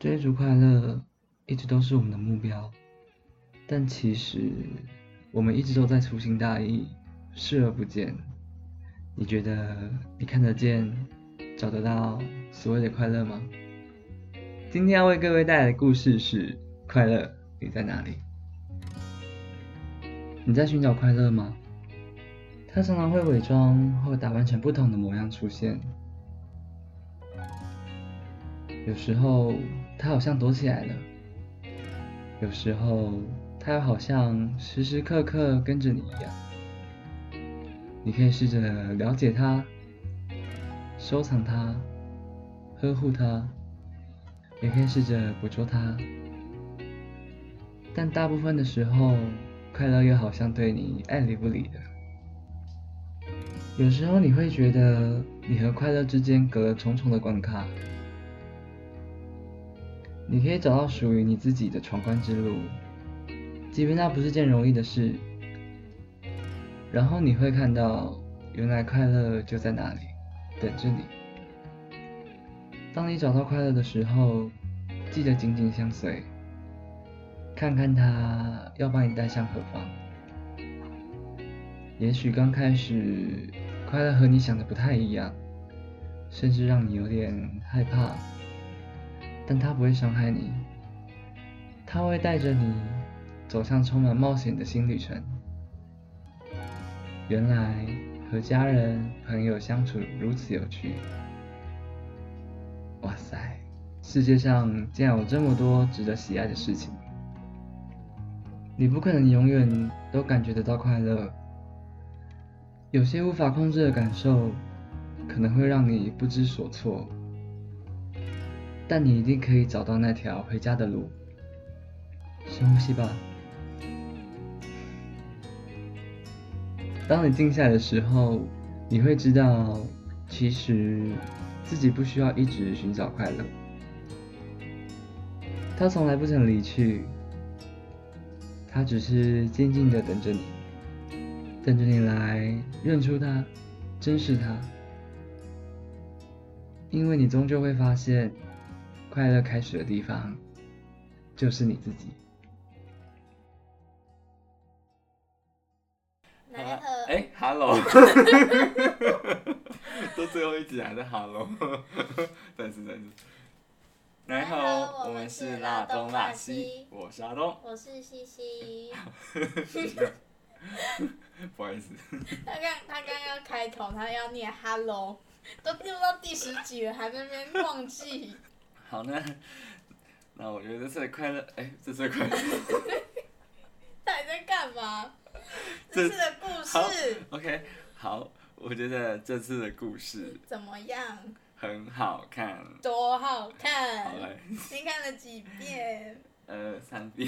追逐快乐一直都是我们的目标，但其实我们一直都在粗心大意，视而不见。你觉得你看得见、找得到所谓的快乐吗？今天要为各位带来的故事是：快乐，你在哪里？你在寻找快乐吗？它常常会伪装或打扮成不同的模样出现。有时候它好像躲起来了，有时候它又好像时时刻刻跟着你一样。你可以试着了解它，收藏它，呵护它，也可以试着捕捉它。但大部分的时候，快乐又好像对你爱理不理的。有时候你会觉得你和快乐之间隔了重重的关卡。你可以找到属于你自己的闯关之路，即便那不是件容易的事。然后你会看到，原来快乐就在那里，等着你。当你找到快乐的时候，记得紧紧相随，看看它要把你带向何方。也许刚开始，快乐和你想的不太一样，甚至让你有点害怕，但它不会伤害你，它会带着你走向充满冒险的新旅程。原来和家人、朋友相处如此有趣。哇塞，世界上竟然有这么多值得喜爱的事情。你不可能永远都感觉得到快乐，有些无法控制的感受可能会让你不知所措，但你一定可以找到那条回家的路。深呼吸吧。当你静下来的时候，你会知道，其实自己不需要一直寻找快乐，它从来不曾离去，它只是静静地等着你，等着你来认出它，珍视它。因为你终究会发现，快乐开始的地方就是你自己。 Hello， 都最后一集还在 Hello， 但是。然后我们是辣东辣西，我是阿东， 我是西西。 不好意思。 他刚要开头，他要念 Hello， 都录到第10集了，还在那边忘记。 好，那我觉得这次的快乐，这次的快乐， 到底在干嘛？这次的故事 ，OK， 好，我觉得这次的故事怎么样？ 很好看。 多好看！ 好来， 你看了几遍 ？3遍。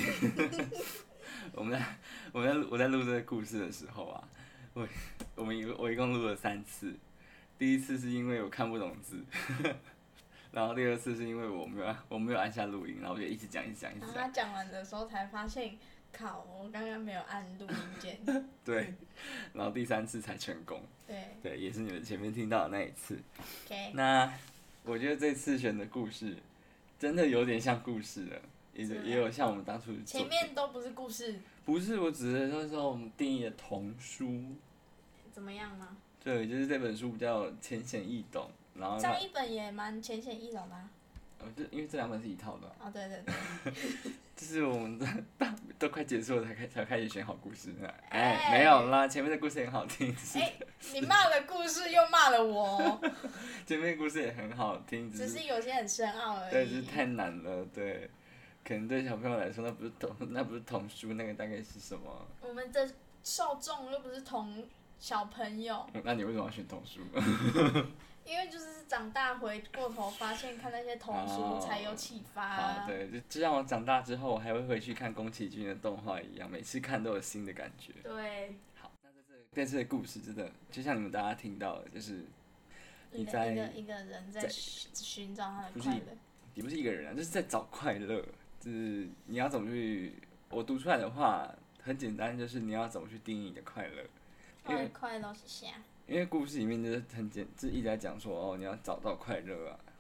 我在录这个故事的时候啊，我一共录了3次。第一次是因为我看不懂字，然后第二次是因为我没有按下录音，然后我就一直讲。 然后他讲完的时候才发现，靠，我刚刚没有按录音键。 对，然后第3次才成功。对，也是你们前面听到的那一次。 Okay. 那我觉得这次选的故事真的有点像故事了，也有像我们当初前面都不是故事。 不是，我指的就是说我们定义的童书。 怎么样吗？ 对，就是这本书比较浅显易懂，然后上一本也蛮浅显易懂的啊。 因为这2本是一套的。 哦，对。 就是我们都快结束了才开始选好故事。没有啦，前面的故事很好听。 你骂了故事又骂了我。 前面的故事也很好听， 只是有些很深奥而已。 对，就是太难了，对。可能对小朋友来说，那不是童书，那个大概是什么？ 我们的受众又不是小朋友。 那你为什么要选童书？ 因为就是长大回过头发现，看那些童书才有启发。 好，对，就像我长大之后，我还会回去看宫崎骏的动画一样，每次看都有新的感觉。 对。 好，那这次的故事真的就像你们大家听到的，就是你在一个人在寻找他的快乐。 也不是一个人啊，就是在找快乐。就是你要怎么去，我读出来的话很简单，就是你要怎么去定义你的快乐。 因为快乐是啥？ 因为故事里面就是就是一直在讲说，你要找到快乐啊，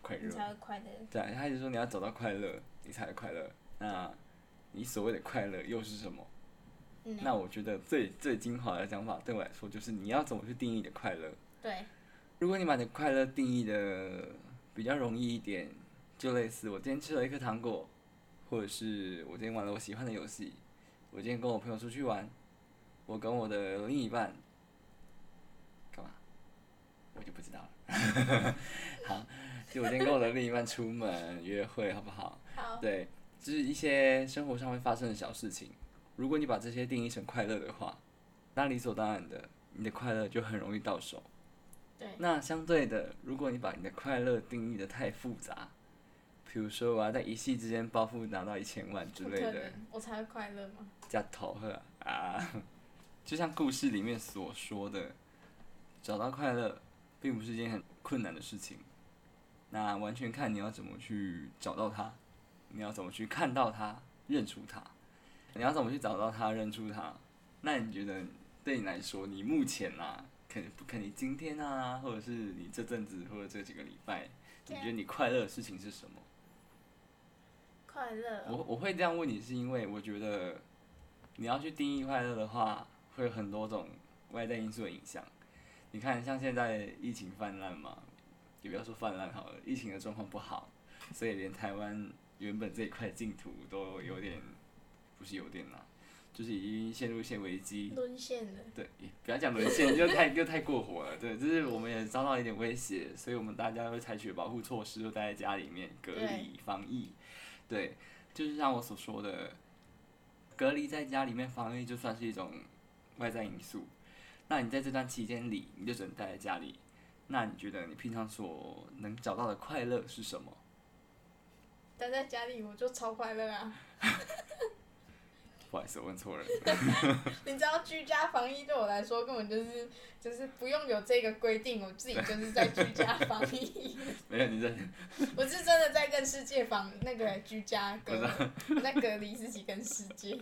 快乐。 你才会快乐。 对啊，他一直说你要找到快乐，你才会快乐。那你所谓的快乐又是什么？那我觉得最精华的讲法对我来说，就是你要怎么去定义你的快乐。 对。 如果你把你的快乐定义的比较容易一点，就类似我今天吃了一颗糖果，或者是我今天玩了我喜欢的游戏，我今天跟我朋友出去玩，我跟我的另一半干嘛？我就不知道了。好，就我今天跟我的另一半出门约会，好不好？ 好。 对，就是一些生活上会发生的小事情。如果你把这些定义成快乐的话，那理所当然的，你的快乐就很容易到手。 对。 那相对的，如果你把你的快乐定义的太复杂，比如说我要在一夕之间暴富拿到1000万之类的， 我才会快乐吗？ 加头呵啊！就像故事里面所说的，找到快乐并不是一件很困难的事情。那完全看你要怎么去找到它，你要怎么去看到它、认出它，你要怎么去找到它、认出它。那你觉得对你来说，你目前可能你今天啊，或者是你这阵子或者这几个礼拜，你觉得你快乐的事情是什么？ 快乐。 我会这样问你，是因为我觉得你要去定义快乐的话，会有很多种外在因素的影响。你看，像现在疫情泛滥嘛，也不要说泛滥好了，疫情的状况不好，所以连台湾原本这一块净土都有点，不是有点啦，就是已经陷入一些危机。 沦陷了。 对，不要讲沦陷，又太过火了。对，就是我们也遭到一点威胁，所以我们大家会采取保护措施，都待在家里面隔离防疫。对，就是像我所说的，隔离在家里面防疫就算是一种外在因素。那你在这段期间里，你就只能待在家里。那你觉得你平常所能找到的快乐是什么？ 待在家里我就超快乐啊！ 不好意思，我问错人。 你知道居家防疫对我来说根本就是不用有这个规定，我自己就是在居家防疫。 没有你在。 我是真的在跟世界那个居家在隔离自己跟世界。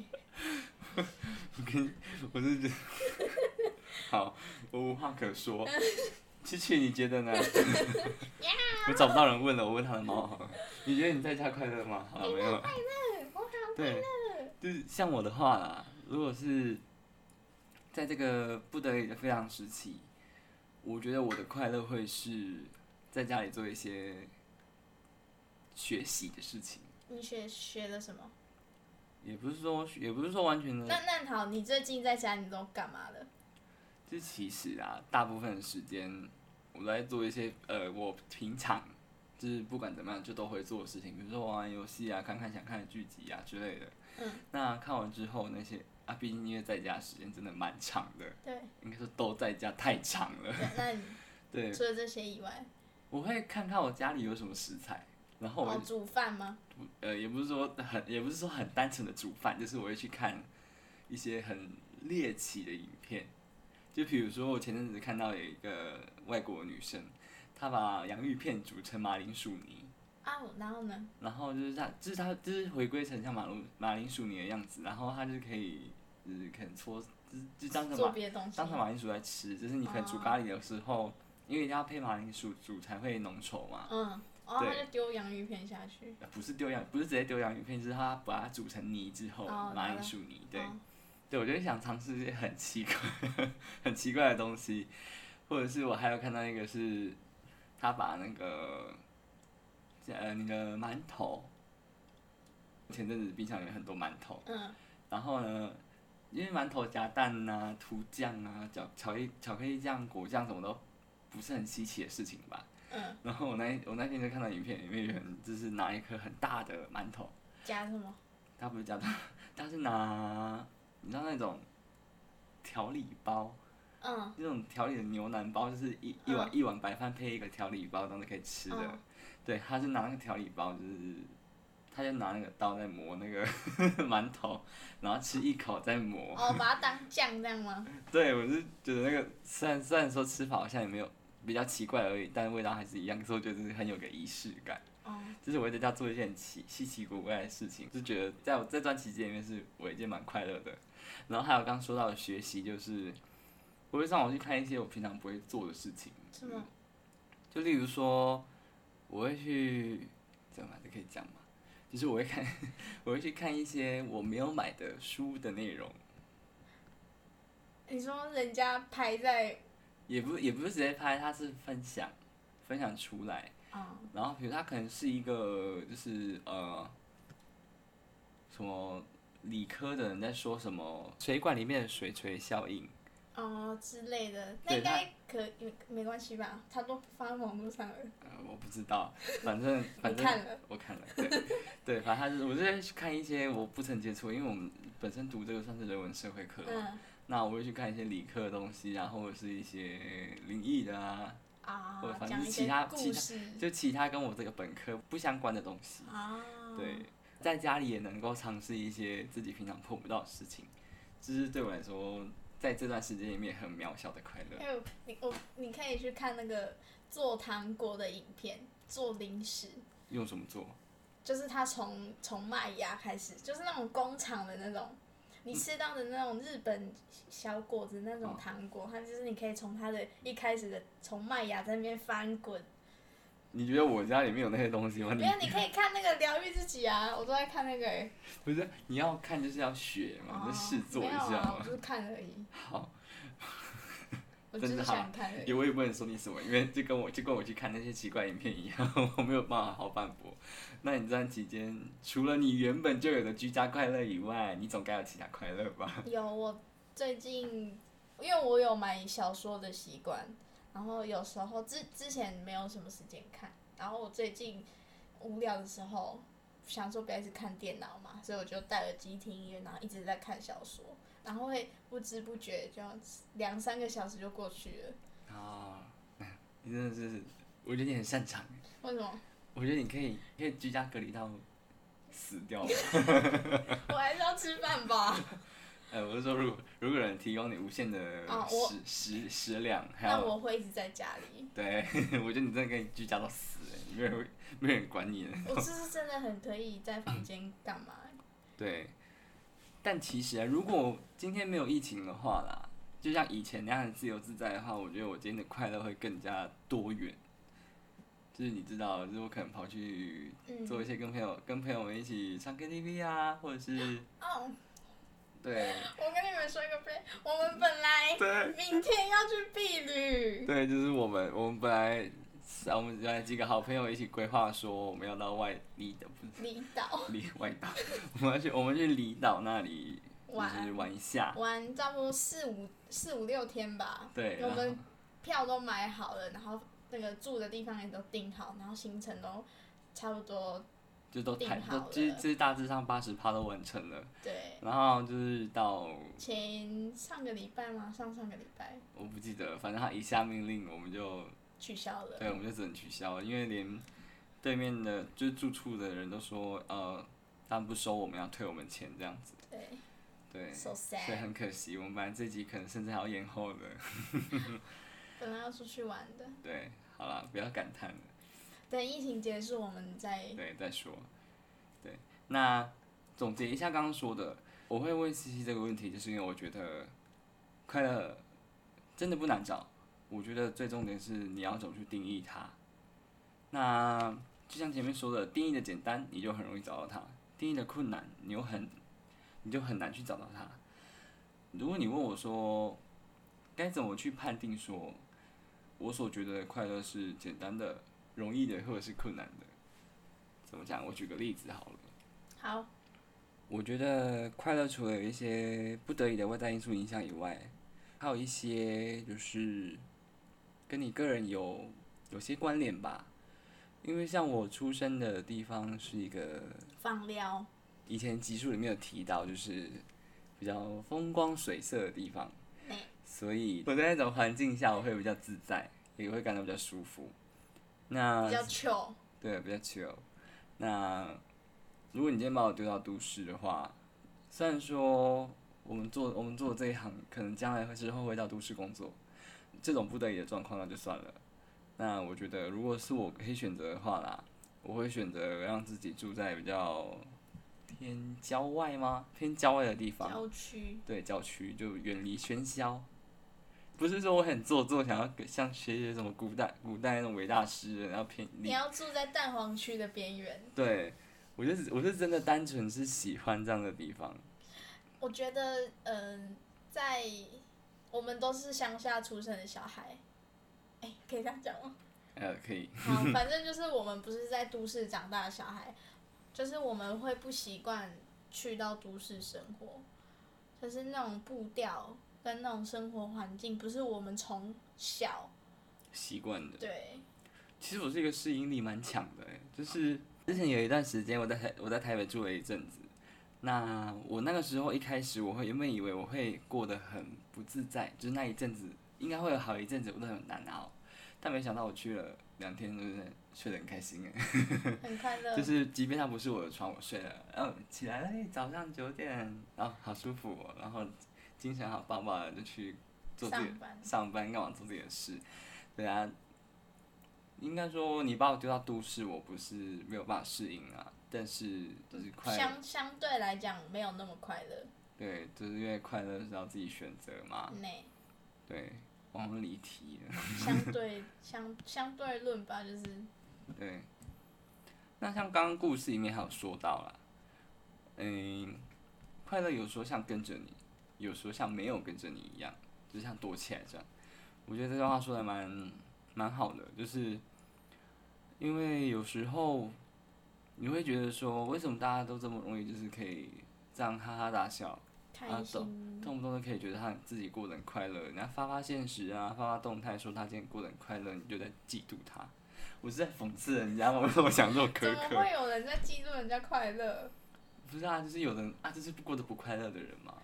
我是觉得，好，我无话可说。七七，你觉得呢？我找不到人问了，我问他的猫好了。你觉得你在家快乐吗？好了，没有。 快乐，我好快乐。 就是像我的话啦，如果是在这个不得已的非常时期，我觉得我的快乐会是在家里做一些学习的事情。 你学了什么？ 也不是说完全的。 那好，你最近在家你都干嘛了？ 就其实啊，大部分的时间我都在做一些我平常就是不管怎么样就都会做的事情，比如说玩玩游戏啊，看看想看的剧集啊之类的。那看完之后那些啊，毕竟因为在家时间真的蛮长的。 对。 应该说都在家太长了。 对，那你对。 除了这些以外， 我会看看我家里有什么食材，然后我煮饭吗？ 也不是说很单纯的煮饭，就是我会去看一些很猎奇的影片。就比如说，我前阵子看到有一个外国女生，她把洋芋片煮成马铃薯泥。 啊，然后呢？ 然后她就是回归成像马铃薯泥的样子，然后她就可以就是可能就当成马铃薯来吃，就是你可能煮咖喱的时候，因为一定要配马铃薯煮才会浓稠嘛。 他就丢洋芋片下去。 不是直接丢洋芋片，就是他把它煮成泥之后，马铃薯泥，对。对，我就想尝试一些很奇怪的东西，或者是我还有看到一个是，他把那个馒头，前阵子冰箱里面很多馒头，然后呢，因为馒头夹蛋啊、涂酱啊、巧克力酱、果酱什么都不是很稀奇的事情吧。然后我那天就看到影片，里面有人就是拿一颗很大的馒头。 夹什么？ 他不是夹蛋，他是拿。你知道那种调理包，那种调理的牛腩包，就是一碗白饭配一个调理包，当时可以吃的。对，他是拿那个调理包，就是他就拿那个刀在磨那个馒头，然后吃一口再磨。 把它当酱这样吗？ 对，我是觉得那个虽然说吃法好像也没有比较奇怪而已，但味道还是一样，所以我觉得很有个仪式感。就是我会在家做一件很稀奇古怪的事情，就觉得在我这段期间里面是我一件蛮快乐的。然后还有刚说到的学习，就是我会让我去看一些我平常不会做的事情。 是吗？ 就例如说， 我会去，这可以讲吗？就是我会看，我会去看一些我没有买的书的内容。 你说人家拍在， 也不是直接拍，它是分享出来。然后比如它可能是一个就是什么理科的人在说什么水管里面的水锤效应。 之类的，那应该没关系吧？他都放在网络上了。 我不知道，反正我看了，对，反正我就在看一些我不曾接触，因为我们本身读这个算是人文社会课嘛，那我会去看一些理科的东西，然后或者是一些灵异的或者反正其他跟我这个本科不相关的东西。对，在家里也能够尝试一些自己平常碰不到的事情，这是对我来说。在这段时间里面很渺小的快乐。 你可以去看那个做糖果的影片，做零食。 用什么做？ 就是他从麦芽开始，就是那种工厂的那种，你吃到的那种日本小果子那种糖果，它就是你可以从它的一开始的从麦芽在那边翻滚。 你觉得我家里面有那些东西吗？ 没有，你可以看那个疗愈自己啊，我都在看那个不是，你要看就是要学嘛，你就试做一下嘛。 没有啊，我就是看而已。 好。 我就是想看而已。 我也不能说你什么，因为就跟我去看那些奇怪影片一样，我没有办法好反驳。那你这段期间，除了你原本就有的居家快乐以外，你总该有其他快乐吧？ 有，我最近因为我有买小说的习惯。然后有时候之前没有什么时间看，然后我最近无聊的时候，想说不要一直看电脑嘛，所以我就戴耳机听音乐，然后一直在看小说，然后会不知不觉就2-3个小时就过去了。 你真的是，我觉得你很擅长。 为什么？ 我觉得你可以居家隔离到死掉吧。 我还是要吃饭吧。 我是说，如果有人提供你无限的食粮， 那我会一直在家里。 对，我觉得你真的可以居家到死，没人管你了。 我是真的很可以在房间干嘛？ 对，但其实如果今天没有疫情的话啦，就像以前那样自由自在的话，我觉得我今天的快乐会更加多元。就是你知道，就是我可能跑去做一些跟朋友们一起唱 KTV 啊，或者是对， 我跟你们说一个我们本来明天要去避旅。 对，就是我们本来我们原来几个好朋友一起规划说我们要到外岛，我们去离岛那里就是玩一下， 玩差不多4-5-6天吧。 对， 我们票都买好了，然后那个住的地方也都订好，然后行程都差不多。 就都就是大致上80%都完成了。 对。 然后就是到上个礼拜吗？上个礼拜。 我不记得，反正他一下命令我们就取消了。 对，我们就只能取消了，因为连对面的就是住处的人都说他们不收我们，要退我们钱这样子。对。 So sad。 所以很可惜，我们本来这集可能甚至还要延后的。 本来要出去玩的。 对，好啦，不要感叹了。 等疫情结束，我们再说。对，那总结一下刚刚说的，我会问西西这个问题，就是因为我觉得快乐真的不难找，我觉得最重点是你要怎么去定义它。那就像前面说的，定义的简单，你就很容易找到它；定义的困难，你就很难去找到它。如果你问我说，该怎么去判定说，我所觉得的快乐是简单的、容易的，或者是困难的？怎么讲？我举个例子好了。 好。 我觉得快乐除了有一些不得已的外在因素影响以外，还有一些就是跟你个人有些关联吧。因为像我出生的地方是一个放疗， 以前集数里面有提到，就是比较风光水色的地方，所以我在那种环境下我会比较自在，也会感到比较舒服。那比较 chill。 对，比较 chill。那如果你今天把我丢到都市的话，虽然说我们做的这一行，可能将来之后会到都市工作，这种不得已的状况那就算了。那我觉得，如果是我可以选择的话啦，我会选择让自己住在比较偏郊外吗？偏郊外的地方。 郊区。 对，郊区就远离喧嚣， 不是说我很做作，想要像学些什么古代那种伟大诗人，然后你要住在蛋黄区的边缘。 对，我是真的单纯是喜欢这样的地方。 我觉得，在我们都是乡下出生的小孩，可以这样讲吗？ 可以。 好，反正就是我们不是在都市长大的小孩，就是我们会不习惯去到都市生活，就是那种步调跟那种生活环境，不是我们从小习惯的。 对。 其实我是一个适应力蛮强的，就是之前有一段时间我在台北住了一阵子，那我那个时候一开始原本以为我会过得很不自在，就是那一阵子应该会有好一阵子我都很难熬，但没想到我去了2天，就是睡得很开心很快乐。 就是即便它不是我的床，我睡了，然后起来了，早上9点，然后好舒服哦，然后精神好棒棒的就去做自己上班干嘛做自己的事，对啊。应该说，你把我丢到都市，我不是没有办法适应啊，但是就是快乐。 相对来讲没有那么快乐。 对，就是因为快乐是要自己选择嘛。对，往往离题了。 相对论吧，就是。 对。那像刚刚故事里面还有说到啦，快乐有时候像跟着你，有时候像没有跟着你一样，就像躲起来这样。我觉得这句话说的蛮好的，就是因为有时候你会觉得说，为什么大家都这么容易就是可以这样哈哈大笑，动不动就可以觉得他自己过得很快乐，人家发现实啊，发动态说他今天过得很快乐，你就在嫉妒他。我是在讽刺人家吗？为什么想这么苛刻？ 怎么会有人在嫉妒人家快乐？ 不是啊，就是有人啊，就是过得不快乐的人嘛。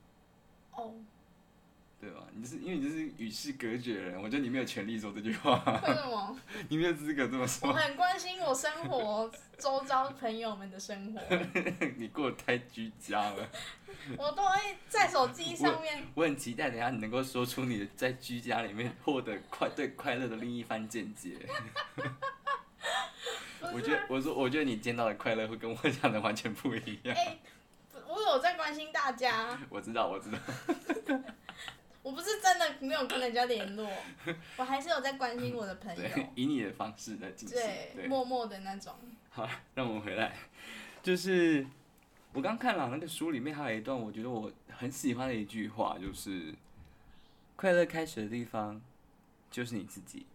对吧？因为你就是与世隔绝的人，我觉得你没有权利说这句话。 为什么？ 你没有资格这么说。 我很关心我生活周遭朋友们的生活。 你过得太居家了。 我都会在手机上面。 我很期待等一下你能够说出你的在居家里面获得对快乐的另一番见解。我觉得你见到的快乐会跟我讲的完全不一样。 我有在关心大家。 我知道。 我不是真的没有跟人家联络，我还是有在关心我的朋友。 以你的方式在进行。对， 默默的那种。 好，让我们回来，就是我刚看了那个书里面还有一段，我觉得我很喜欢的一句话，就是快乐开始的地方就是你自己。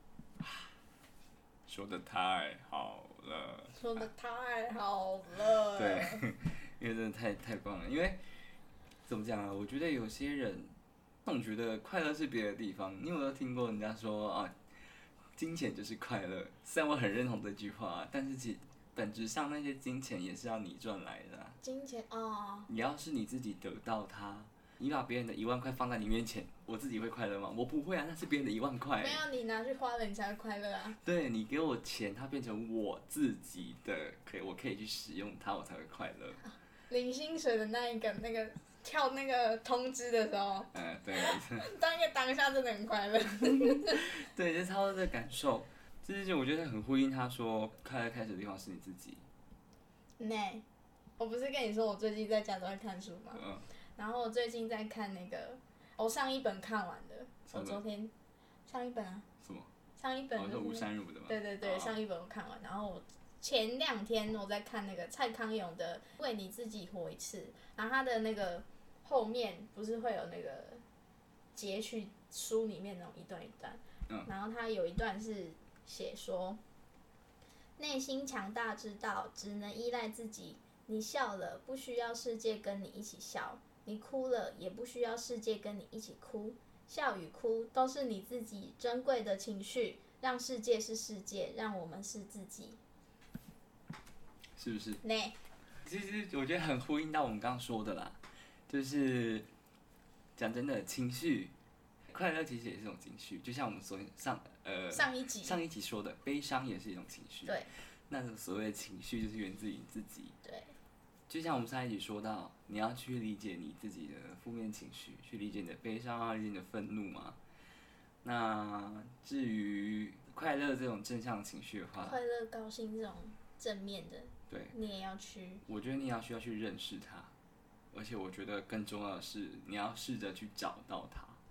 说的太好了。 说的太好了。 对，因为真的太棒了。因为怎么讲啊？我觉得有些人总觉得快乐是别的地方。你有没有听过人家说啊，金钱就是快乐？虽然我很认同这句话，但是其实本质上那些金钱也是要你赚来的啊。 金钱哦。 你要是你自己得到它，你把别人的1万块放在你面前，我自己会快乐吗？我不会啊，那是别人的1万块。 没有，你拿去花了，你才会快乐啊。 对，你给我钱，它变成我自己的，我可以去使用它，我才会快乐。 领薪水的那个跳那个通知的时候， 对， 当下真的很快乐。 对，就差不多这个感受。就是我觉得很呼应他说，快乐开始的地方是你自己。 我不是跟你说我最近在家都在看书吗？然后我最近在看那个，我上一本看完的，我昨天上一本啊。 什么？ 上一本就是吴珊如的吗？ 对，上一本我看完，然后我前2天我在看那个蔡康永的《为你自己活一次》，然后他的那个后面不是会有那个截取书里面那种一段一段，然后他有一段是写说，内心强大知道只能依赖自己，你笑了不需要世界跟你一起笑，你哭了也不需要世界跟你一起哭，笑与哭都是你自己珍贵的情绪，让世界是世界，让我们是自己。 是不是？其实我觉得很呼应到我们刚刚说的啦，就是讲真的，情绪快乐其实也是一种情绪，就像我们上一集说的，悲伤也是一种情绪。 对。 那所谓的情绪就是源自于你自己。 对。 就像我们上一集说到，你要去理解你自己的负面情绪，去理解你的悲伤啊，理解你的愤怒嘛。那至于快乐这种正向情绪的话， 快乐、高兴这种正面的， 对， 你也要去。 我觉得你也需要去认识它，而且我觉得更重要的是，你要试着去找到它。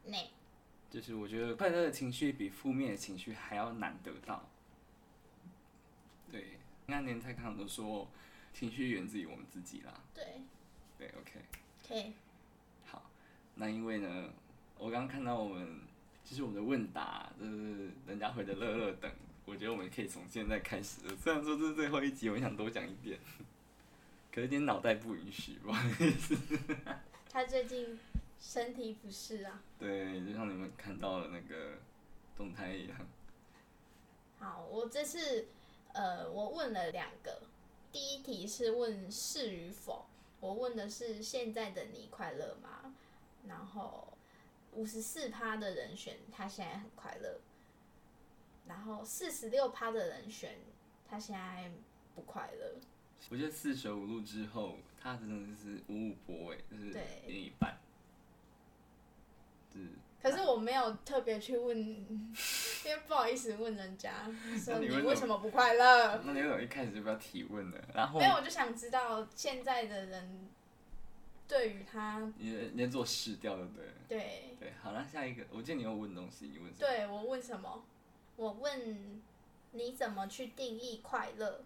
内。 就是我觉得快乐的情绪比负面的情绪还要难得到。对，那年蔡康永都说，情绪源自于我们自己啦。 对。 对 ，OK。 OK。 好，那因为呢，我刚刚看到就是我们的问答，就是人家回的乐乐等，我觉得我们可以从现在开始了。虽然说这是最后一集，我想多讲一点，可是有点脑袋不允许，不好意思。 他最近身体不适啊。 对，就像你们看到的那个动态一样。 好，我这次我问了2个，第一题是问是与否，我问的是现在的你快乐吗？然后54%的人选他现在很快乐，然后46%的人选他现在不快乐。 我觉得四舍五入之后，他真的是五五波哎，就是连一半。 可是我没有特别去问，因为不好意思问人家说你为什么不快乐。 那你为什么一开始就不要提问了？然后没有，我就想知道现在的人对于他， 你在做试调对不对？ 对。 对，好，那下一个，我记得你有问东西，你问什么？ 对，我问什么？我问你怎么去定义快乐？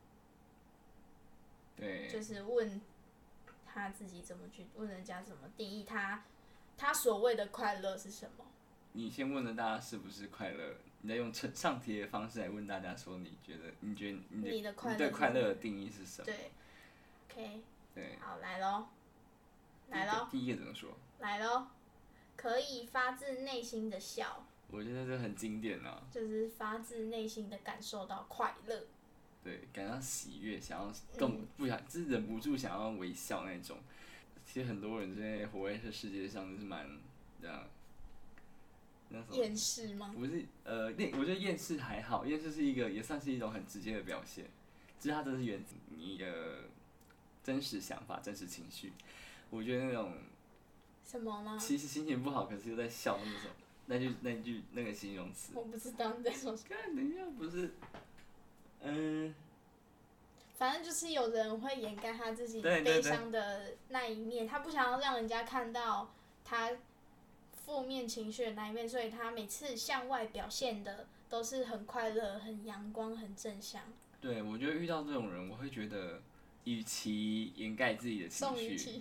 对。 就是问他自己怎么去，问人家怎么定义他所谓的快乐是什么？ 你先问了大家是不是快乐，你再用上题的方式来问大家说，你觉得你对快乐的定义是什么？ 对 ，OK。 对。 好，来咯。来咯。 第一个怎么说？ 来咯，可以发自内心的笑。 我觉得这很经典啊。 就是发自内心的感受到快乐。 对，感到喜悦，想要就是忍不住想要微笑那种。其实很多人现在活在这世界上就是蛮这样，那什么厌世吗？ 不是，我觉得厌世还好，厌世是也算是一种很直接的表现，就是它真是源自你的真实想法、真实情绪。我觉得那种什么吗？ 其实心情不好，可是又在笑那种，那个形容词。 我不知道你在说什么。 等一下，不是， 反正就是有人会掩盖他自己悲伤的那一面，他不想要让人家看到他负面情绪的那一面，所以他每次向外表现的都是很快乐、很阳光、很正向。 对，我觉得遇到这种人，我会觉得，与其掩盖自己的情绪，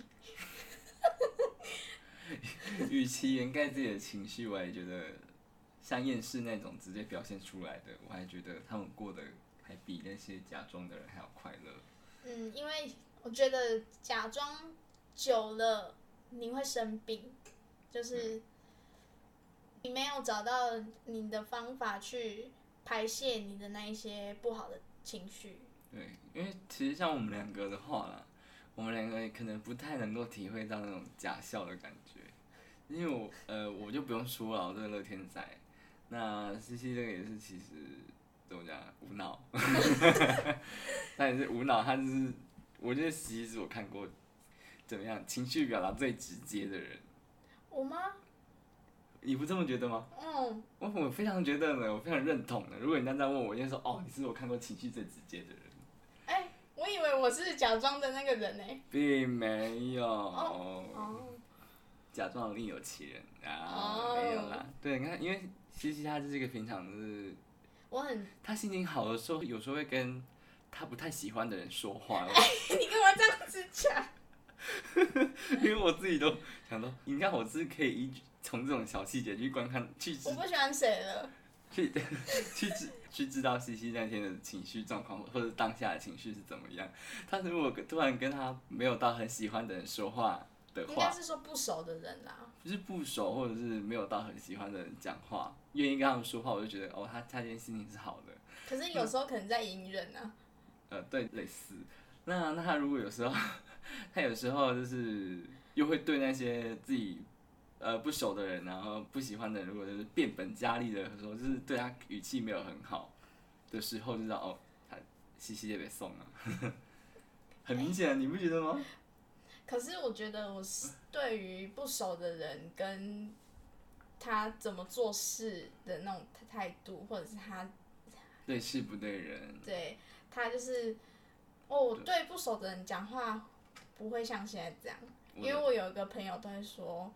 与其掩盖自己的情绪，我还觉得像厌世那种直接表现出来的，我还觉得他们过得还比那些假装的人还要快乐。 因为我觉得假装久了你会生病，就是你没有找到你的方法去排泄你的那一些不好的情绪。 对，因为其实像我们两个的话啦，我们两个可能不太能够体会到那种假笑的感觉，因为我就不用说了，我这个乐天仔。那西西这个也是其实怎么讲无脑，他也是无脑，他就是我觉得西西是我看过怎么样情绪表达最直接的人。 我吗？ 你不这么觉得吗？我非常觉得呢，我非常认同的。如果人家在问我，我就说哦，你是我看过情绪最直接的人。 我以为我是假装的那个人呢。 并没有。假装另有其人啊，没有啦。对，你看，因为西西他就是一个平常就是他心情好的时候，有时候会跟他不太喜欢的人说话。 你跟我这样子讲。 因为我自己都想到，你看我是可以从这种小细节去观看， 我不喜欢谁了。 去知道西西那天的情绪状况，或者当下的情绪是怎么样。他如果突然跟他没有到很喜欢的人说话的话， 应该是说不熟的人啦。 就是不熟或者是没有到很喜欢的人讲话，愿意跟他们说话，我就觉得哦，他今天心情是好的。 可是有时候可能在隐忍啊。 对，类似。那他如果有时候，他有时候就是又会对那些自己不熟的人，然后不喜欢的人，如果就是变本加厉的说，就是对他语气没有很好的时候，就知道哦，他西西也被送了，很明显，你不觉得吗？ 可是我觉得我是对于不熟的人跟他怎么做事的那种态度，或者是他对事不对人， 对他就是我对不熟的人讲话不会像现在这样，因为我有一个朋友都会说，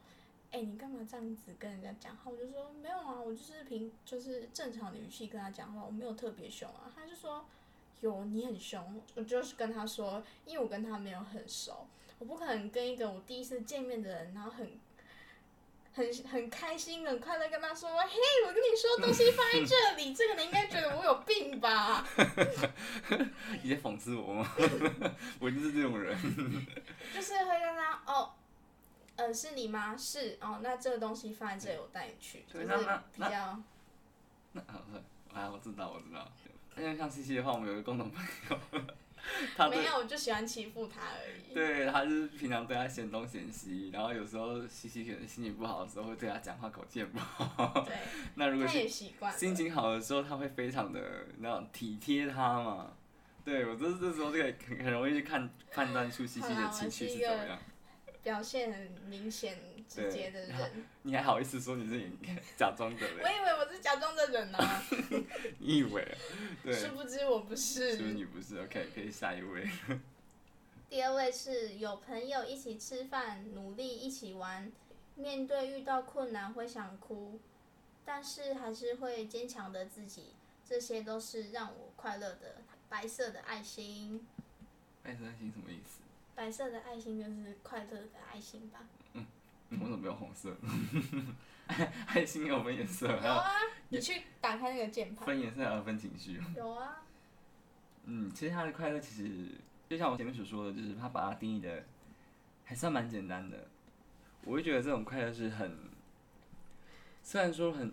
你干嘛这样子跟人家讲话？我就说没有啊，我就是正常的语气跟他讲话，我没有特别凶啊。他就说有，你很凶。我就是跟他说，因为我跟他没有很熟，我不可能跟一个我第一次见面的人，然后很开心、很快乐跟他说，嘿，我跟你说，东西放在这里，这个人应该觉得我有病吧？ 你在讽刺我吗？我就是这种人。 就是会跟他是你吗？是哦，那这个东西放在这里，我带你去，就是比较。 我知道。因为像西西的话，我们有个共同朋友， 没有，我就喜欢欺负他而已。 对，他就是平常对他嫌东嫌西，然后有时候西西可能心情不好的时候，会对他讲话口气很不好。 对。 那如果他也习惯了。 心情好的时候，他会非常的那种体贴他嘛。对，我这时候这个很容易去判断出西西的情绪是怎么样。 表现很明显、直接的人。 你还好意思说你是假装的嘞？ 我以为我是假装的人啊。 你以为？对。 殊不知我不是。 是不是你不是 ？OK， 可以下一位。 第二位是有朋友一起吃饭，努力一起玩，面对遇到困难会想哭，但是还是会坚强的自己，这些都是让我快乐的。白色的爱心。 白色的爱心什么意思？ 白色的爱心就是快乐的爱心吧。 为什么没有红色？爱心有分颜色。 有啊，你去打开那个键盘。 分颜色还有分情绪。 有啊。 其实他的快乐其实就像我前面所说的，就是他把它定义的还算蛮简单的。我会觉得这种快乐是很，虽然说很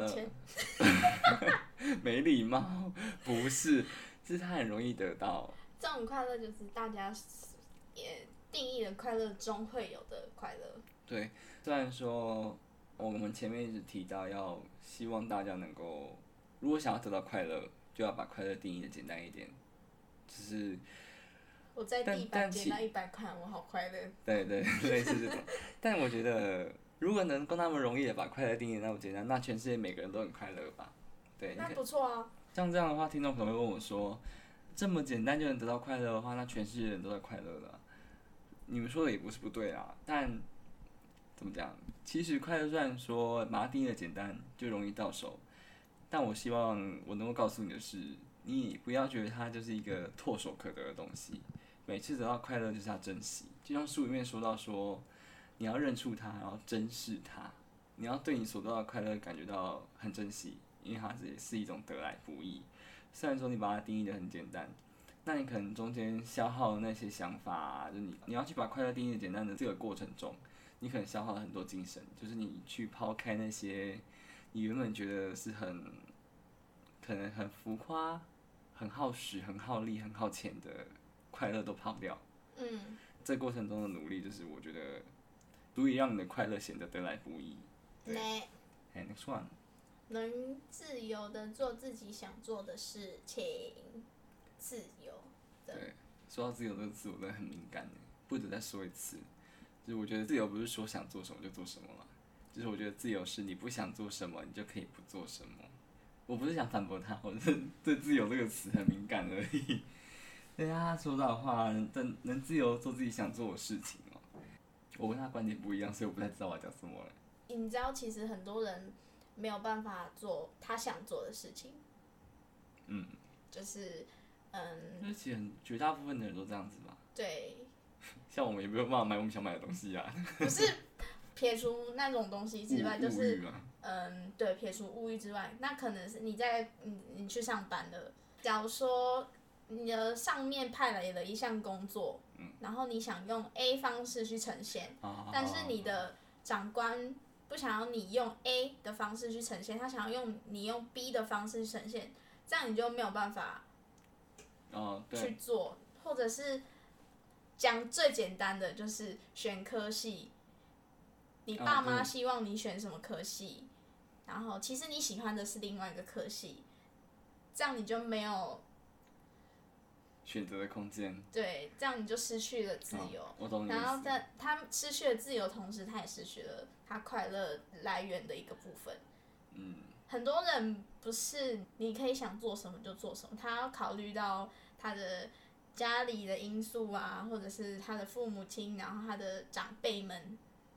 没礼貌，不是，就是他很容易得到。 这种快乐就是大家也定义的快乐中会有的快乐。 对，虽然说我们前面一直提到要希望大家能够，如果想要得到快乐，就要把快乐定义的简单一点，就是我在地板捡到100块，我好快乐。 对，类似这种。但我觉得，如果能够那么容易的把快乐定义那么简单，那全世界每个人都很快乐吧？对， 那不错啊。 像这样的话，听众可能会问我说，这么简单就能得到快乐的话，那全世界人都在快乐了。你们说的也不是不对啦，但怎么讲？其实快乐虽然说把它定义的简单，就容易到手，但我希望我能够告诉你的是，你不要觉得它就是一个唾手可得的东西。每次得到快乐就是要珍惜，就像书里面说到说，你要认出它，然后珍视它，你要对你所得到的快乐感觉到很珍惜，因为它也是一种得来不易。虽然说你把它定义的很简单，那你可能中间消耗的那些想法啊，就你要去把快乐定义的简单的这个过程中，你可能消耗了很多精神，就是你去抛开那些你原本觉得是可能很浮夸、很耗时、很耗力、很耗钱的快乐都抛掉。这过程中的努力，就是我觉得足以让你的快乐显得得来不易。Next one。 能自由的做自己想做的事情，自由的。 对，说到自由这个词，我真的很敏感，不得再说一次。就是我觉得自由不是说想做什么就做什么了，就是我觉得自由是你不想做什么，你就可以不做什么。我不是想反驳他，我是对自由这个词很敏感而已。对他说到的话，能自由做自己想做的事情哦。我跟他观点不一样，所以我不太知道我要讲什么了。 你知道，其实很多人没有办法做他想做的事情。就是其实绝大部分的人都这样子吧。 对。 像我们也没有辦法买我们想买的东西啊。 不是撇除那种东西之外，就是对，撇除物欲之外，那可能是你去上班了，假如说你的上面派来了一项工作，然后你想用 A 方式去呈现，但是你的长官不想要你用 A 的方式去呈现，他想要你用 B 的方式去呈现，这样你就没有办法去做，或者是讲最简单的就是选科系，你爸妈希望你选什么科系，然后其实你喜欢的是另外一个科系，这样你就没有选择的空间。 对，这样你就失去了自由。 我懂你的意思。 然后在他失去了自由同时，他也失去了他快乐来源的一个部分。很多人不是你可以想做什么就做什么，他要考虑到他的家里的因素啊，或者是他的父母亲，然后他的长辈们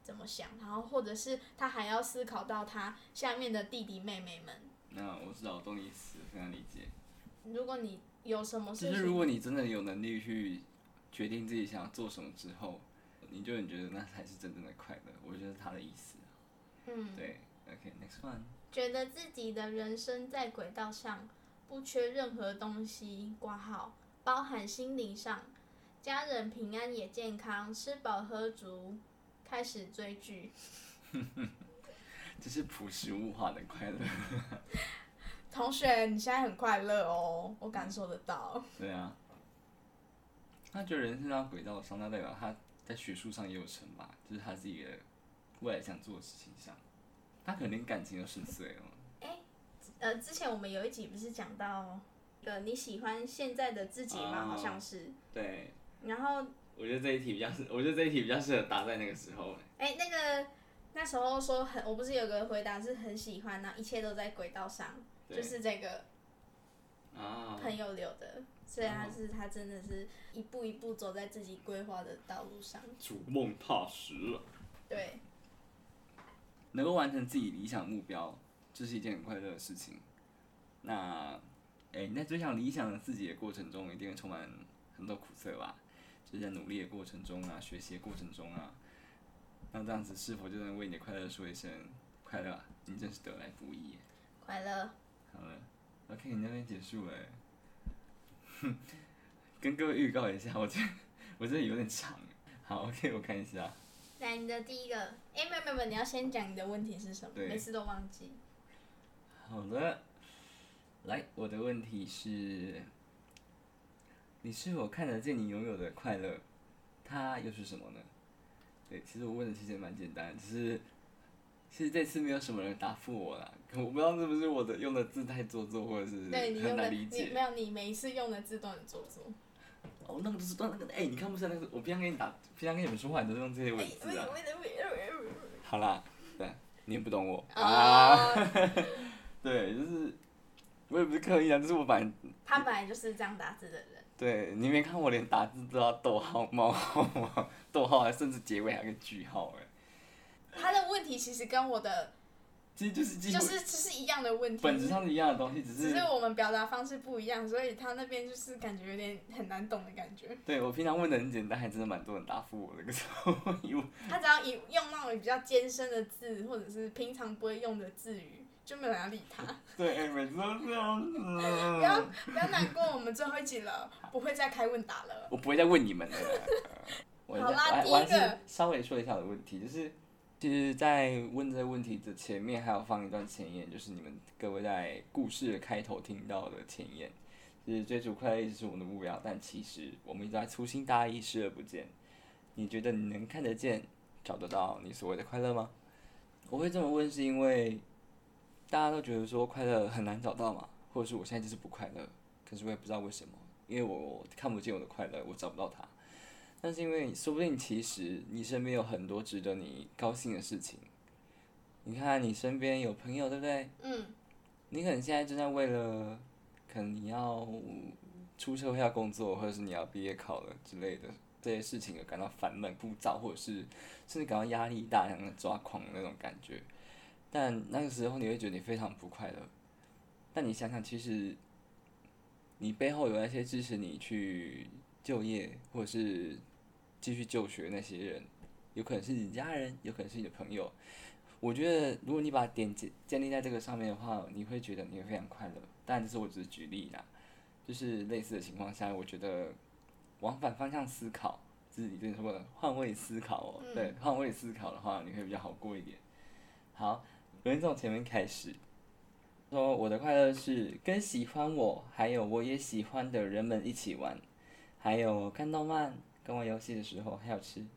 怎么想，然后或者是他还要思考到他下面的弟弟妹妹们。 那我知道，我懂你意思，非常理解。 如果你有什么事情， 就是如果你真的有能力去决定自己想要做什么之后，你觉得那才是真正的快乐。我觉得他的意思。对 ，OK，next one。 觉得自己的人生在轨道上，不缺任何东西，括号包含心灵上，家人平安也健康，吃饱喝足，开始追剧。 这是朴实无华的快乐。 同学，你现在很快乐哦，我感受得到。 对啊，他觉得人生到轨道上，那代表他在学术上也有成吧，就是他自己的未来想做的事情上，他可能连感情都顺遂了。 之前我们有一集不是讲到，你喜欢现在的自己吗？好像是。 对。 然后。 我觉得这一题比较适合答在那个时候。 那时候说我不是有个回答是很喜欢，然后一切都在轨道上，就是这个朋友留的，所以他真的是一步一步走在自己规划的道路上， 逐梦踏实了。 对， 能够完成自己理想目标，这是一件很快乐的事情。那，你在追想理想的自己的过程中，一定会充满很多苦涩吧？就是在努力的过程中啊，学习的过程中啊，那这样子是否就能为你的快乐说一声快乐啊？你真是得来不易耶。 快乐。 好了 ，OK， 你那边结束了耶。跟各位预告一下，我这里有点长。好 ，OK， 我看一下。 来，你的第一个，没有，你要先讲你的问题是什么？每次都忘记。 好的，来，我的问题是。你是否看得见你拥有的快乐？它又是什么呢？对，其实我问的其实也蛮简单，只是其实这次没有什么人答复我啦。我不知道是不是我的用的字太做作，或者是很难理解。 没有，你每一次用的字都很做作。 哦，那个就是那个，你看不出来那个？我平常跟你们说话，你都是用这些文字啊。好啦，对，你也不懂我啊。对，就是我也不是刻意啊，就是我他本来就是这样打字的人。 对，你没看我连打字都要逗号、冒号吗？逗号还甚至结尾还有个句号他的问题其实跟我的， 其实就是一样的问题， 本质上是一样的东西，只是我们表达方式不一样，所以他那边就是感觉有点很难懂的感觉。 对，我平常问的很简单，还真的蛮多人答复我的，可是他只要用那种比较艰深的字，或者是平常不会用的字语，就没有人要理他。 对，每次都这样子。 不要难过，我们最后一集了，不会再开问答了。 我不会再问你们了。 好啦，第一个。我还是稍微说一下我的问题，就是其实，在问这个问题的前面还要放一段前言，就是你们各位在故事的开头听到的前言，就是追逐快乐一直是我们的目标，但其实我们一直在粗心大意，视而不见。你觉得你能看得见、找得到你所谓的快乐吗？我会这么问，是因为大家都觉得说快乐很难找到嘛，或者是我现在就是不快乐，可是我也不知道为什么，因为我看不见我的快乐，我找不到它。但是因为说不定其实你身边有很多值得你高兴的事情，你看你身边有朋友，对不对？你可能现在正在为了，可能你要出社会要工作，或者是你要毕业考了之类的这些事情而感到烦闷、枯燥，或者是甚至感到压力大、像抓狂的那种感觉。但那个时候你会觉得你非常不快乐。但你想想，其实你背后有那些支持你去就业或者是继续就学的那些人，有可能是你家人，有可能是你的朋友。我觉得如果你把点建立在这个上面的话，你会觉得你会非常快乐。当然这是我只是举例啦，就是类似的情况下，我觉得往反方向思考，就是你之前说的换位思考哦。对，换位思考的话，你会比较好过一点。好，我先从前面开始。说我的快乐是跟喜欢我还有我也喜欢的人们一起玩，还有看动漫、跟玩游戏的时候，还有吃。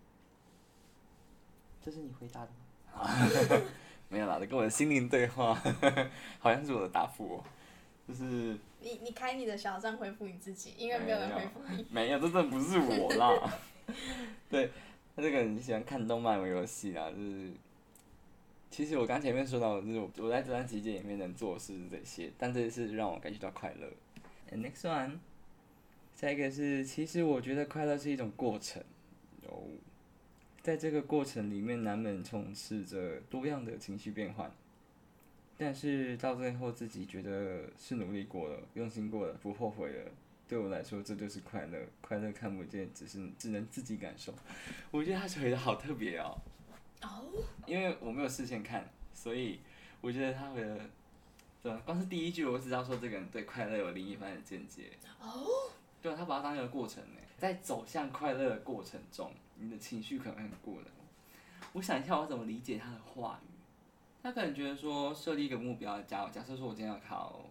这是你回答的吗？没有啦，跟我的心灵对话，好像是我的答复哦。就是你开你的小账回复你自己，因为没有人回复你。 没有，这真的不是我啦。对，他这个人喜欢看动漫、玩游戏啦，就是。其实我刚前面说到，就是我在这段期间里面能做的是这些，但这是让我感觉到快乐。And next one， 下一个是，其实我觉得快乐是一种过程。 在这个过程里面，难免充斥着多样的情绪变换，但是到最后自己觉得是努力过了，用心过了，不后悔了。对我来说，这就是快乐。快乐看不见，只能自己感受。我觉得他回的好特别哦。因为我没有事先看，所以我觉得他回的，对吧？光是第一句我就知道说这个人对快乐有另一番的见解。对啊，他把它当一个过程呢，在走向快乐的过程中，你的情绪可能会很过冷。我想一下，我怎么理解他的话语？他可能觉得说，设立一个目标，假设说我今天要考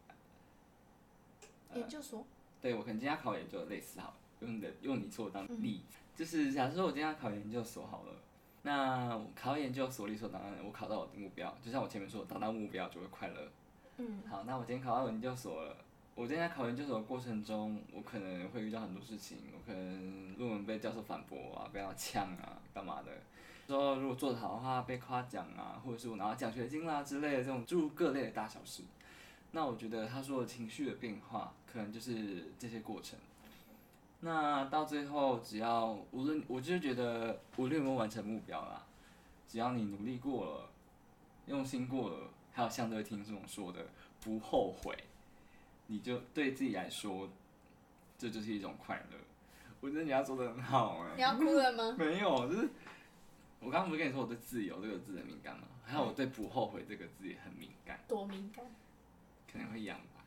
研究所。 对，我可能今天要考研究类似好了，用你做当例，就是假设说我今天要考研究所好了，那我考研究所理所当然，我考到我的目标，就像我前面说，达到目标就会快乐。好，那我今天考到研究所了。我今天在考研究所的过程中，我可能会遇到很多事情，我可能论文被教授反驳啊，被他呛啊，干嘛的。说如果做得好的话，被夸奖啊，或者是我拿到奖学金啦之类的这种诸如各类的大小事。那我觉得他说的情绪的变化，可能就是这些过程。那到最后，只要我就是觉得无论有没有完成目标啦，只要你努力过了，用心过了，还有像这位听众说的不后悔。你就对自己来说，这就是一种快乐。我觉得你要说的很好你要哭了吗？ 没有，就是我刚刚不是跟你说我对自由这个字很敏感吗？还有我对不后悔这个字也很敏感。 多敏感？ 可能会痒吧。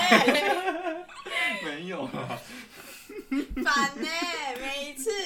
没有啊。 烦呢，每一次。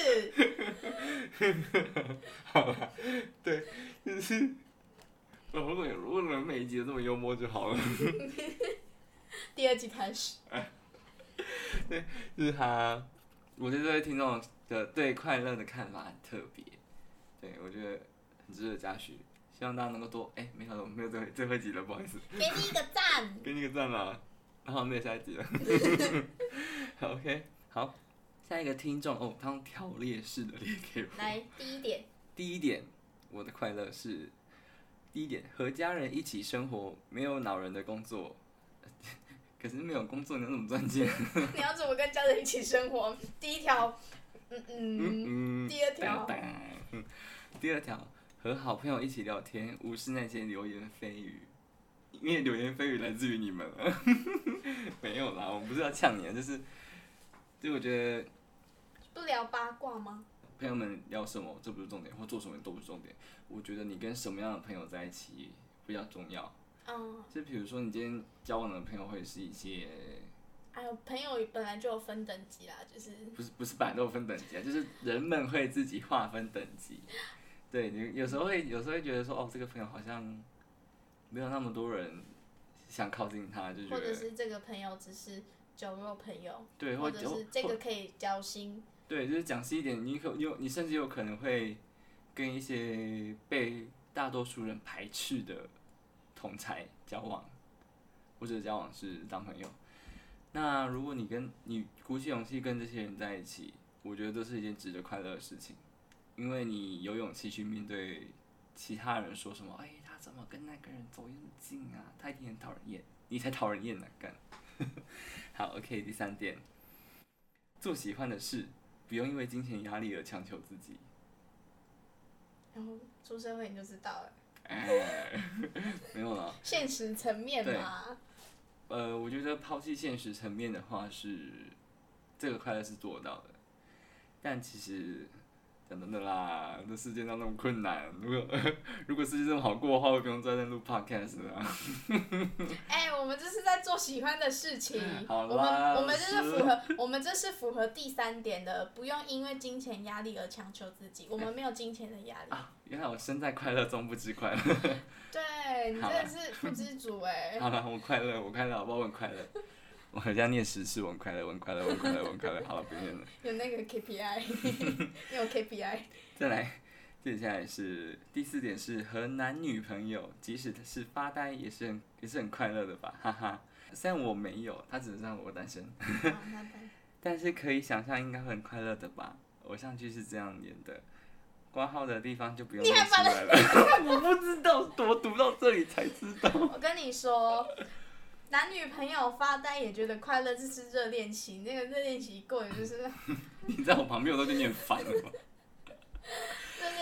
好吧，对，就是如果能每一集都这么幽默就好了。 第二集开始。 对，就是他，我觉得这位听众的对快乐的看法很特别，对我觉得很值得嘉许，希望大家能够多没有最后一集了，不好意思。 给你一个赞。 给你一个赞啦，然后没有下一集了。好 ，OK， 好，下一个听众哦，他用条列式的列给我。 来，第一点。 第一点，我的快乐是第一点，和家人一起生活，没有恼人的工作。可是没有工作，你要怎么赚钱？ 你要怎么跟家人一起生活？第一条，第二条， 第二条，和好朋友一起聊天，无视那些流言蜚语，因为流言蜚语来自于你们了。没有啦，我们不是要呛你，就我觉得不聊八卦吗？ 朋友们聊什么，这不是重点，或做什么都不是重点。我觉得你跟什么样的朋友在一起比较重要。就比如说你今天交往的朋友会是一些， 朋友本来就有分等级啦，就是不是本来都有分等级啊，就是人们会自己划分等级。对，你有时候会觉得说，这个朋友好像没有那么多人想靠近他，就觉得， 或者是这个朋友只是酒肉朋友， 对， 或者是这个可以交心。 对，就是讲细一点，你甚至有可能会跟一些被大多数人排斥的同才交往，或者交往是当朋友。那如果你鼓起勇气跟这些人在一起，我觉得这是一件值得快乐的事情，因为你有勇气去面对其他人说什么，他怎么跟那个人走那么近啊？他一定很讨人厌，你才讨人厌呢，干。好 ，OK， 第三点，做喜欢的事，不用因为金钱压力而强求自己。 然后出社会你就知道了。 没有啦。 现实层面嘛。 我觉得抛弃现实层面的话这个快乐是做得到的，但其实讲真的啦，这世界上那么困难，如果世界这么好过的话，我不用在那录 podcast 了。 我们这是在做喜欢的事情。 好啦， 我们这是符合第三点的，不用因为金钱压力而强求自己。我们没有金钱的压力。 原来我身在快乐中不知快乐。 对，你真的是不知足哎。 好了，我快乐，好不好？我很快乐。我回家念10次，我很快乐。好了，别念了。有那个 KPI， 你有 KPI。 再来，接下来是第4点是和男女朋友，即使是发呆，也是很快乐的吧，哈哈。虽然我没有，他只是让我单身。但是可以想象应该会很快乐的吧？偶像剧是这样演的。挂号的地方就不用念出来了。我不知道，我读到这里才知道。 我跟你说，男女朋友发呆也觉得快乐，这是热恋期。那个热恋期过，也就是。 你在我旁边，我都有点烦了。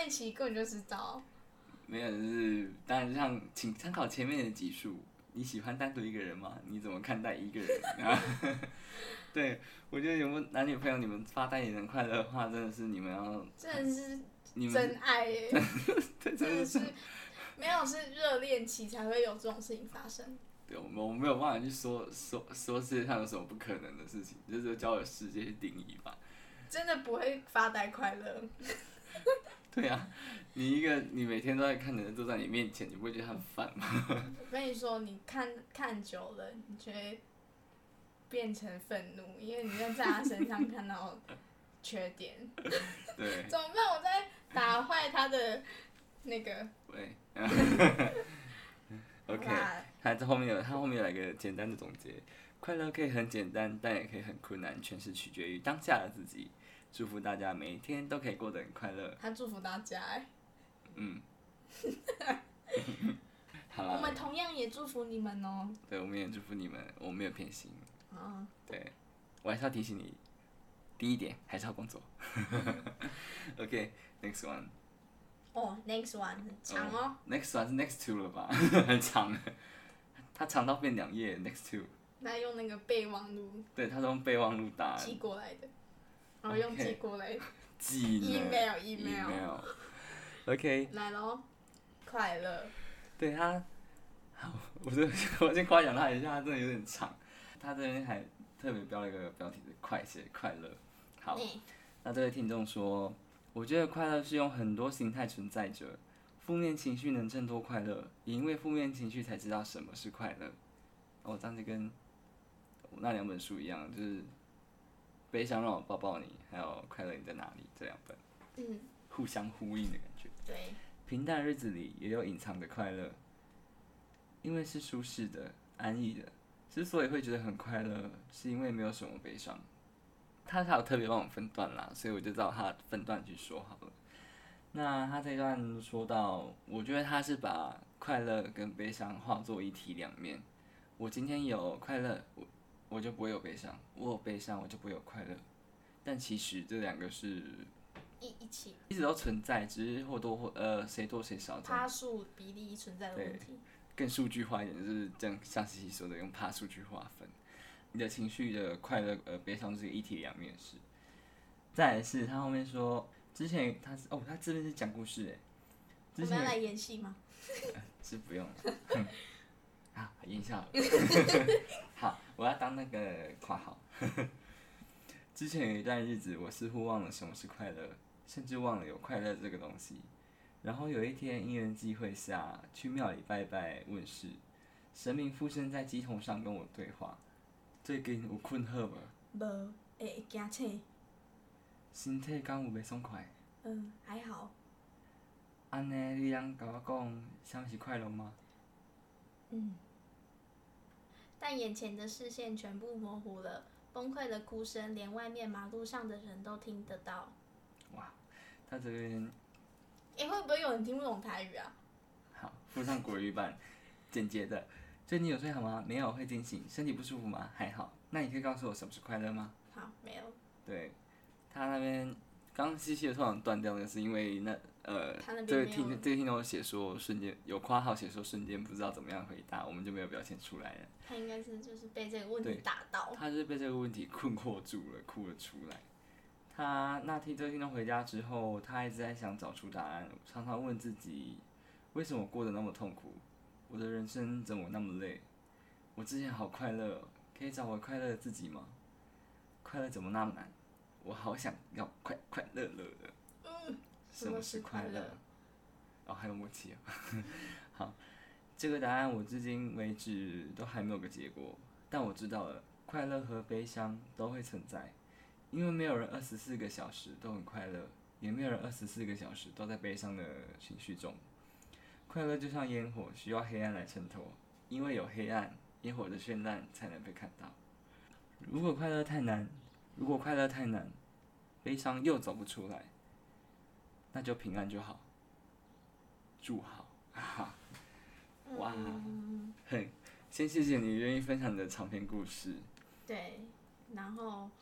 恋期根本就知道。 没有，就是当然就像请参考前面的集数。你喜欢单独一个人吗？你怎么看待一个人？对，我觉得有没有男女朋友，你们发呆也能快乐的话，真的是你们要， 真的是你们真爱耶！ 对， 真的是没有是热恋期才会有这种事情发生。 对，我没有办法去说世界上有什么不可能的事情，就是交友世界去定义吧。 真的不会发呆快乐。 对啊，你每天都在看的人都在你面前，你不会觉得很烦吗？ 我跟你说，你看久了，你就会变成愤怒，因为你在他身上看到缺点。 对。 怎么办？我在打坏他的那个。 喂。OK， 他后面有来个简单的总结：快乐可以很简单，但也可以很困难，全是取决于当下的自己。祝福大家每一天都可以过得很快乐。 他祝福大家哎。 嗯。好啦。 我们同样也祝福你们哦。 对，我们也祝福你们，我们没有偏心。 啊。 对，我还是要提醒你，第一点还是要工作。OK，next one。 哦 ，next one 很长哦。 next one 是 next two 了吧？很长，它长到变2页 ，next two。 那用那个备忘录。 对，他是用备忘录打。 寄过来的。然后用寄过来。 寄呢 email。 OK。 来咯，快乐。 对他，我先夸奖他一下，他真的有点长。他这边还特别标了一个标题是“快写快乐”。好，那这位听众说，我觉得快乐是用很多形态存在着，负面情绪能衬托快乐，也因为负面情绪才知道什么是快乐。哦，这样就跟我那2本书一样，就是《悲伤让我抱抱你》还有《快乐你在哪里》这2本，互相呼应的感觉。 对。 平淡日子里也有隐藏的快乐，因为是舒适的、安逸的。之所以会觉得很快乐，是因为没有什么悲伤。他有特别帮我分段啦，所以我就照他的分段去说好了。那他这一段说到，我觉得他是把快乐跟悲伤化作一体两面。我今天有快乐，我就不会有悲伤；我有悲伤，我就不会有快乐。但其实这2个是一直都存在，只是或多谁多谁少这样。 趴数比例存在的问题。 更数据化一点，就是这样，像西西说的，用趴数去划分。你的情绪的快乐、悲伤是一体两面式。再来是他后面说，之前他这边是讲故事哎。 我们要来演戏吗？ 是不用了。好，演一下。好，我要当那个括号。之前有一段日子，我似乎忘了什么是快乐，甚至忘了有快乐这个东西。然后有一天因缘际会下，去庙里拜拜问事，神明附身在鸡头上跟我对话。最近有困好无？ 无，会惊醒。 身体敢有袂爽快？ 还好。 安尼你能甲我讲什么是快乐吗？ 但眼前的视线全部模糊了，崩溃的哭声连外面马路上的人都听得到。 哇，他这边。 会不会有人听不懂台语啊？ 好，附上国语版，简洁的。最近有睡好吗？没有，会惊醒。身体不舒服吗？还好。那你可以告诉我什么是快乐吗？ 好，没有。 对，他那边刚西西的突然断掉的是因为这个听众写说瞬间有括号写说瞬间不知道怎么样回答，我们就没有表现出来了。 他应该是就是被这个问题打到。 他是被这个问题困惑住了，哭了出来。这个听众回家之后，他一直在想找出答案，常常问自己，为什么过得那么痛苦？我的人生怎么那么累？我之前好快乐哦，可以找回快乐的自己吗？快乐怎么那么难？我好想要快快乐乐的。什么是快乐？哦，还有默契哦。好，这个答案我至今为止都还没有个结果，但我知道了，快乐和悲伤都会存在。因为没有人24个小时都很快乐，也没有人24个小时都在悲伤的情绪中。快乐就像烟火，需要黑暗来衬托，因为有黑暗，烟火的绚烂才能被看到。如果快乐太难，悲伤又走不出来，那就平安就好，祝好。哇，先谢谢你愿意分享你的长篇故事。 对，然后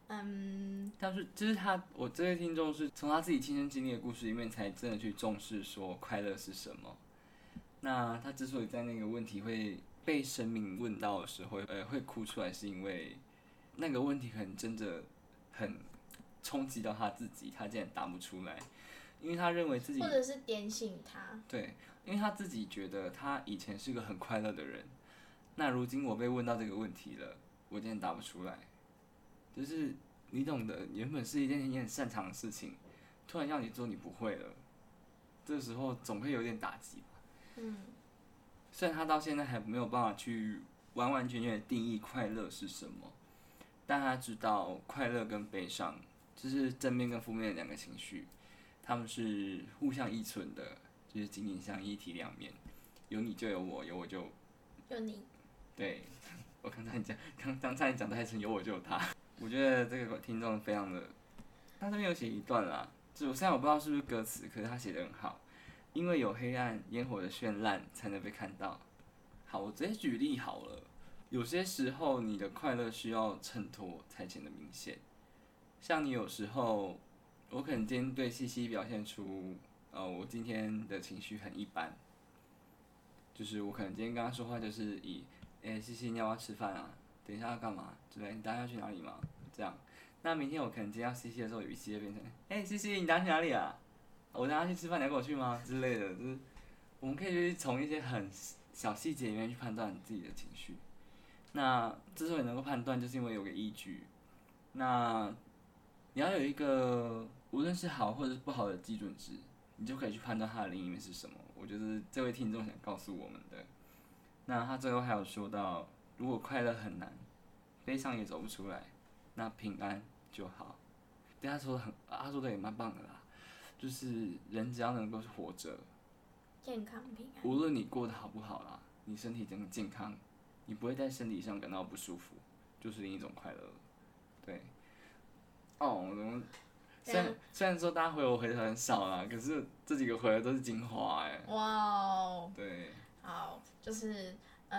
但是就是我这位听众是从他自己亲身经历的故事里面，才真的去重视说快乐是什么。那他之所以在那个问题会被神明问到的时候，会哭出来，是因为那个问题可能真的很冲击到他自己，他竟然答不出来，因为他认为自己， 或者是点醒他。 对，因为他自己觉得他以前是个很快乐的人，那如今我被问到这个问题了，我竟然答不出来，就是你懂得，原本是一件你很擅长的事情，突然要你做你不会了，这时候总会有点打击吧。虽然他到现在还没有办法去完完全全的定义快乐是什么，但他知道快乐跟悲伤，就是正面跟负面的两个情绪，他们是互相依存的，就是紧紧相依，一体两面，有你就有我，有我就有你。 对，我刚才讲的还成有我就有他。我觉得这个听众非常的，他这边有写一段啦，就虽然我不知道是不是歌词，可是他写的很好。因为有黑暗，烟火的绚烂才能被看到。好，我直接举例好了。有些时候，你的快乐需要衬托才显得明显。像你有时候，我可能今天对西西表现出，我今天的情绪很一般。就是我可能今天跟他说话，就是以，西西你要不要吃饭啊？等一下要干嘛？之类，你等一下要去哪里吗？这样。那明天我可能接到西西的时候，语气就变成，西西你等一下去哪里啊？我等下去吃饭，你要跟我去吗？之类的，就是我们可以去从一些很小细节里面去判断自己的情绪。那之所以能够判断，就是因为有个依据。那你要有一个无论是好或者是不好的基准值，你就可以去判断它的另一面是什么。我觉得这位听众想告诉我们的。那他最后还有说到，如果快乐很难，悲伤也走不出来，那平安就好。对他说他说的也蛮棒的啦。就是人只要能够活着， 健康平安， 无论你过得好不好啦，你身体整个健康，你不会在身体上感到不舒服，就是另一种快乐。对，怎么？虽然说大家回我回的很少啦，可是这几个回的都是精华哎。 哇哦。 对。 好，就是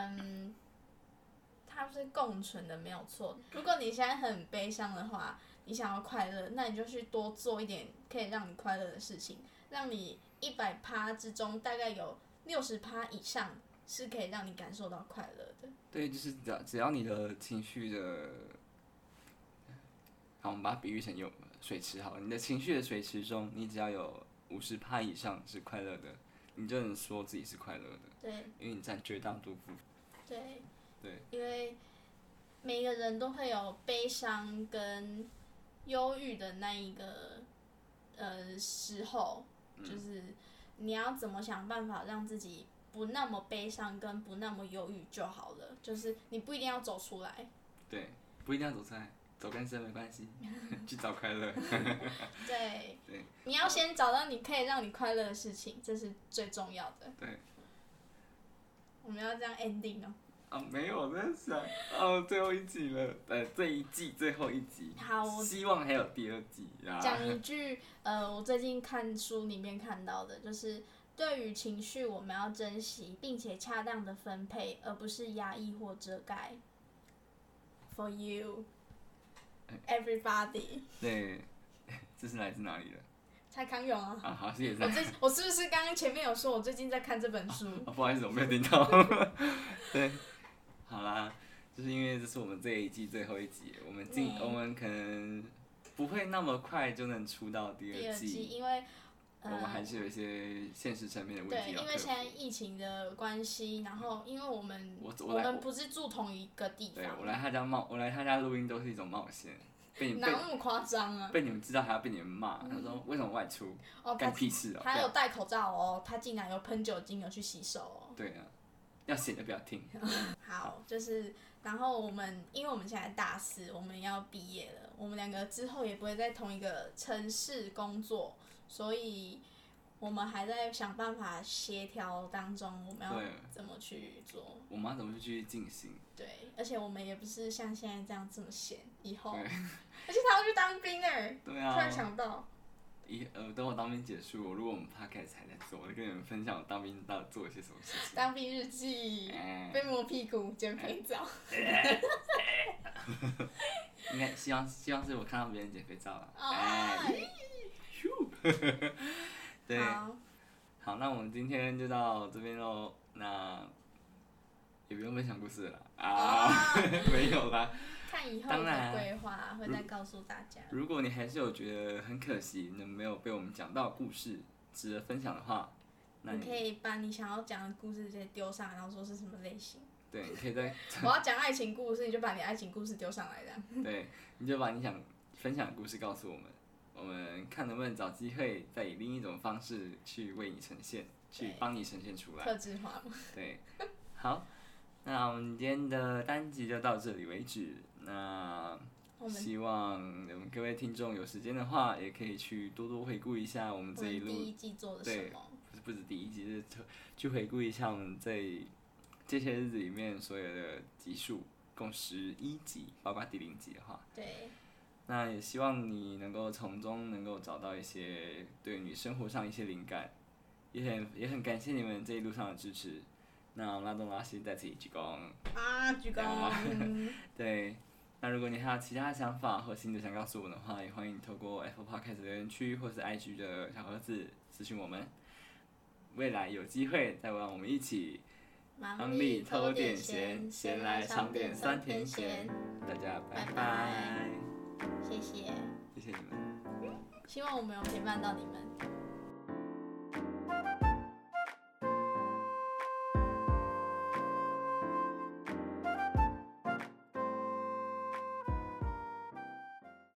它是共存的，没有错。如果你现在很悲伤的话，你想要快乐，那你就去多做一点可以让你快乐的事情，让你100%之中大概有60%以上是可以让你感受到快乐的。 对，就是只要你的情绪的，好，我们把它比喻成有水池好了，你的情绪的水池中，你只要有50%以上是快乐的，你就能说自己是快乐的。 对， 因为你占绝大多数。 对。 对。 因为每个人都会有悲伤跟忧郁的那一个时候，就是你要怎么想办法让自己不那么悲伤跟不那么忧郁就好了，就是你不一定要走出来。 对，不一定要走出来，走更深没关系，去找快乐。 对。 对。 你要先找到你可以让你快乐的事情，这是最重要的。 对。 我们要这样 ending 哦。 没有，我在想，最后一集了，这一季最后一集。 好， 希望还有第二季呀。 讲一句，我最近看书里面看到的，就是对于情绪，我们要珍惜，并且恰当的分配，而不是压抑或遮盖。For you, everybody。 对，这是来自哪里的？ 蔡康永啊。 好，谢谢。 我是不是刚刚前面有说，我最近在看这本书？ 不好意思，我没有听到。对，好啦，就是因为这是我们这一季最后一集，我们可能不会那么快就能出到第二季， 因为我们还是有一些现实层面的问题要克服。 对，因为现在疫情的关系，然后因为我们不是住同一个地方。 对，我来他家录音都是一种冒险。 哪那么夸张啊？ 被你们知道还要被你们骂，他说为什么外出？干屁事哦！ 他有戴口罩哦，他竟然有喷酒精，有去洗手哦。 对啊，要写的不要听。 好，就是然后因为我们现在大4，我们要毕业了，我们2个之后也不会在同一个城市工作，所以我们还在想办法协调当中，我们要怎么去做？ 我们要怎么去进行？ 对，而且我们也不是像现在这样这么闲，以后，而且他要去当兵哎， 对啊， 突然想到， 等我当兵结束，如果我们 podcast 还在做，我就跟你们分享我当兵到底做了些什么事情。 当兵日记，被摸屁股，捡肥皂。 应该希望是我看到别人捡肥皂了。对，好，那我们今天就到这边喽。那也不用分享故事了没有啦。 看以后的规划会再告诉大家。 如果你还是有觉得很可惜，没有被我们讲到的故事值得分享的话，那你可以把你想要讲的故事直接丢上来，然后说是什么类型。 对，你可以在我要讲爱情故事，你就把你爱情故事丢上来，这样。 对，你就把你想分享的故事告诉我们，我们看能不能找机会再以另一种方式去为你呈现，去帮你呈现出来。 客制化嘛。 对，好，那我们今天的单集就到这里为止。那希望各位听众有时间的话，也可以去多多回顾一下我们这一路。 第一季做了什么？ 对，不止第一季，是去回顾一下我们这些日子里面所有的集数，共11集，包括第0集的话。 对。 那也希望你能够从中能够找到一些对你生活上一些灵感，也很感谢你们这一路上的支持。那拉东拉西在此鞠躬。 鞠躬。 对。那如果你还有其他想法或心得想告诉我们的话，也欢迎透过 Apple Podcast 留言区或是 IG 的小盒子私讯我们。未来有机会再让我们一起忙里偷点闲，闲来尝点酸甜咸。大家拜拜。 谢谢。 谢谢你们。 希望我们有陪伴到你们。